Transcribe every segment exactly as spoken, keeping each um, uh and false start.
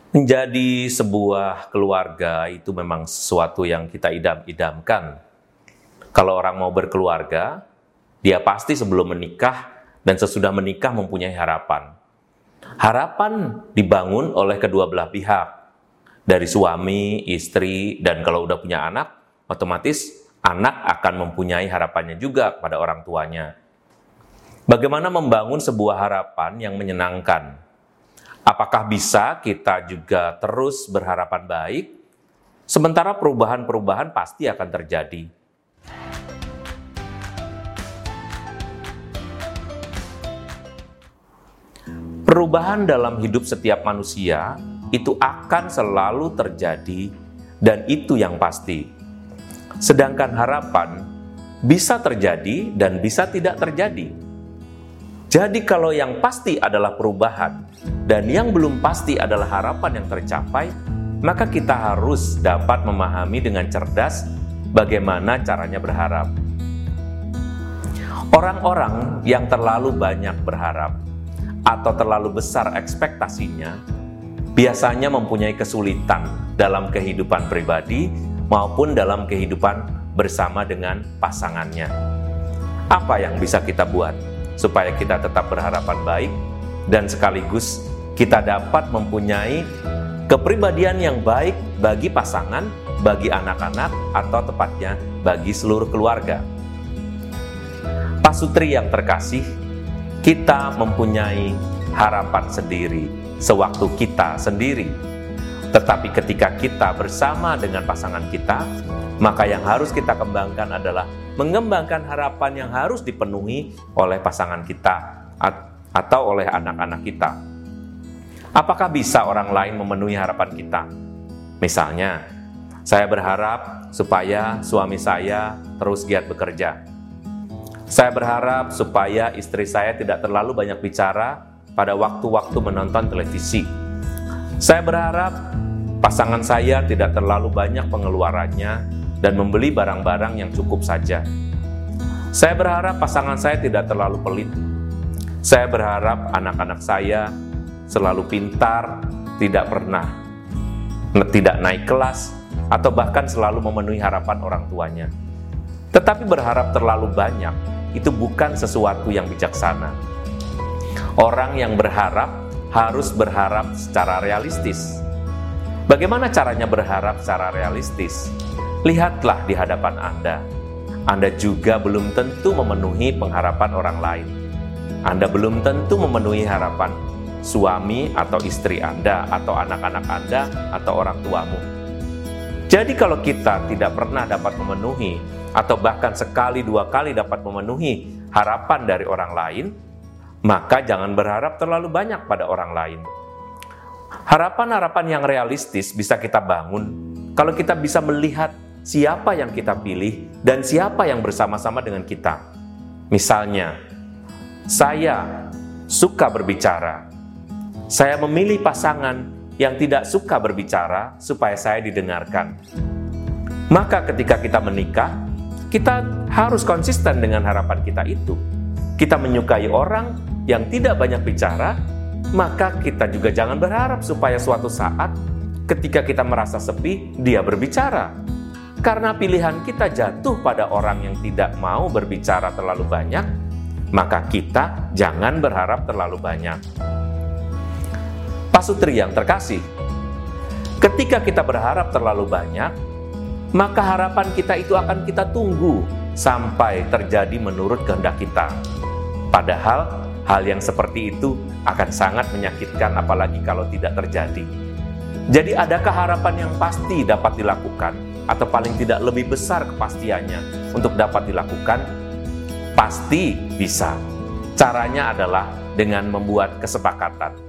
Menjadi sebuah keluarga itu memang sesuatu yang kita idam-idamkan. Kalau orang mau berkeluarga, dia pasti sebelum menikah dan sesudah menikah mempunyai harapan. Harapan dibangun oleh kedua belah pihak, dari suami, istri, dan kalau udah punya anak, otomatis anak akan mempunyai harapannya juga pada orang tuanya. Bagaimana membangun sebuah harapan yang menyenangkan? Apakah bisa kita juga terus berharapan baik, sementara perubahan-perubahan pasti akan terjadi? Perubahan dalam hidup setiap manusia itu akan selalu terjadi dan itu yang pasti. Sedangkan harapan bisa terjadi dan bisa tidak terjadi. Jadi kalau yang pasti adalah perubahan dan yang belum pasti adalah harapan yang tercapai, maka kita harus dapat memahami dengan cerdas bagaimana caranya berharap. Orang-orang yang terlalu banyak berharap atau terlalu besar ekspektasinya biasanya mempunyai kesulitan dalam kehidupan pribadi maupun dalam kehidupan bersama dengan pasangannya. Apa yang bisa kita buat supaya kita tetap berharapan baik dan sekaligus kita dapat mempunyai kepribadian yang baik bagi pasangan, bagi anak-anak, atau tepatnya bagi seluruh keluarga? Pasutri yang terkasih, kita mempunyai harapan sendiri sewaktu kita sendiri. Tetapi ketika kita bersama dengan pasangan kita, maka yang harus kita kembangkan adalah mengembangkan harapan yang harus dipenuhi oleh pasangan kita atau oleh anak-anak kita. Apakah bisa orang lain memenuhi harapan kita? Misalnya, saya berharap supaya suami saya terus giat bekerja. Saya berharap supaya istri saya tidak terlalu banyak bicara pada waktu-waktu menonton televisi. Saya berharap pasangan saya tidak terlalu banyak pengeluarannya dan membeli barang-barang yang cukup saja. Saya berharap pasangan saya tidak terlalu pelit. Saya berharap anak-anak saya selalu pintar, tidak pernah tidak naik kelas, atau bahkan selalu memenuhi harapan orang tuanya. Tetapi berharap terlalu banyak itu bukan sesuatu yang bijaksana. Orang yang berharap harus berharap secara realistis. Bagaimana caranya berharap secara realistis? Lihatlah di hadapan Anda. Anda juga belum tentu memenuhi pengharapan orang lain. Anda belum tentu memenuhi harapan suami atau istri Anda, atau anak-anak Anda, atau orang tuamu. Jadi kalau kita tidak pernah dapat memenuhi, atau bahkan sekali dua kali dapat memenuhi harapan dari orang lain, maka jangan berharap terlalu banyak pada orang lain. Harapan-harapan yang realistis bisa kita bangun kalau kita bisa melihat siapa yang kita pilih dan siapa yang bersama-sama dengan kita. Misalnya, saya suka berbicara. Saya memilih pasangan yang tidak suka berbicara supaya saya didengarkan. Maka ketika kita menikah, kita harus konsisten dengan harapan kita itu. Kita menyukai orang yang tidak banyak bicara, maka kita juga jangan berharap supaya suatu saat ketika kita merasa sepi, dia berbicara. Karena pilihan kita jatuh pada orang yang tidak mau berbicara terlalu banyak, maka kita jangan berharap terlalu banyak. Pasutri yang terkasih, ketika kita berharap terlalu banyak, maka harapan kita itu akan kita tunggu sampai terjadi menurut kehendak kita. Padahal hal yang seperti itu akan sangat menyakitkan apalagi kalau tidak terjadi. Jadi adakah harapan yang pasti dapat dilakukan atau paling tidak lebih besar kepastiannya untuk dapat dilakukan? Pasti bisa. Caranya adalah dengan membuat kesepakatan.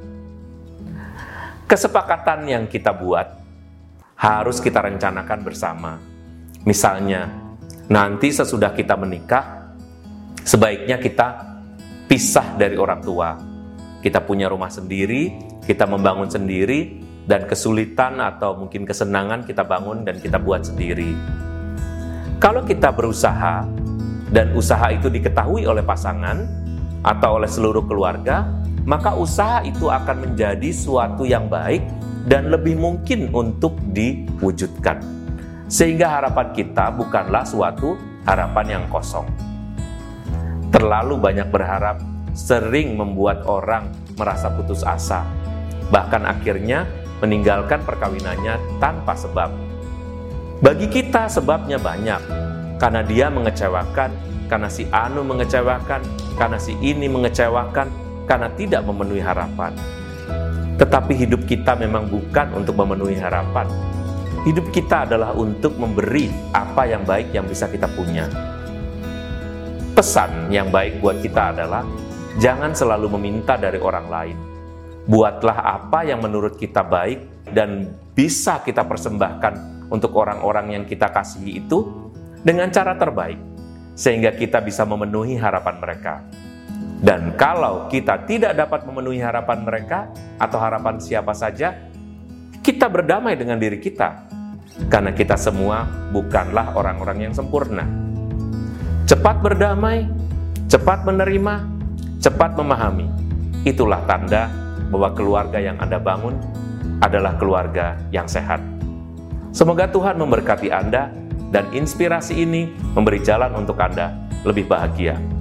Kesepakatan yang kita buat harus kita rencanakan bersama. Misalnya, nanti sesudah kita menikah, sebaiknya kita pisah dari orang tua. Kita punya rumah sendiri, kita membangun sendiri, dan kesulitan atau mungkin kesenangan kita bangun dan kita buat sendiri. Kalau kita berusaha, dan usaha itu diketahui oleh pasangan atau oleh seluruh keluarga, maka usaha itu akan menjadi suatu yang baik dan lebih mungkin untuk diwujudkan. Sehingga harapan kita bukanlah suatu harapan yang kosong. Terlalu banyak berharap sering membuat orang merasa putus asa, bahkan akhirnya meninggalkan perkawinannya tanpa sebab. Bagi kita sebabnya banyak, karena dia mengecewakan, karena si Anu mengecewakan, karena si ini mengecewakan, karena tidak memenuhi harapan. Tetapi hidup kita memang bukan untuk memenuhi harapan. Hidup kita adalah untuk memberi apa yang baik yang bisa kita punya. Pesan yang baik buat kita adalah jangan selalu meminta dari orang lain. Buatlah apa yang menurut kita baik dan bisa kita persembahkan untuk orang-orang yang kita kasihi itu dengan cara terbaik, sehingga kita bisa memenuhi harapan mereka. Dan kalau kita tidak dapat memenuhi harapan mereka atau harapan siapa saja, kita berdamai dengan diri kita, karena kita semua bukanlah orang-orang yang sempurna. Cepat berdamai, cepat menerima, cepat memahami. Itulah tanda bahwa keluarga yang Anda bangun adalah keluarga yang sehat. Semoga Tuhan memberkati Anda dan inspirasi ini memberi jalan untuk Anda lebih bahagia.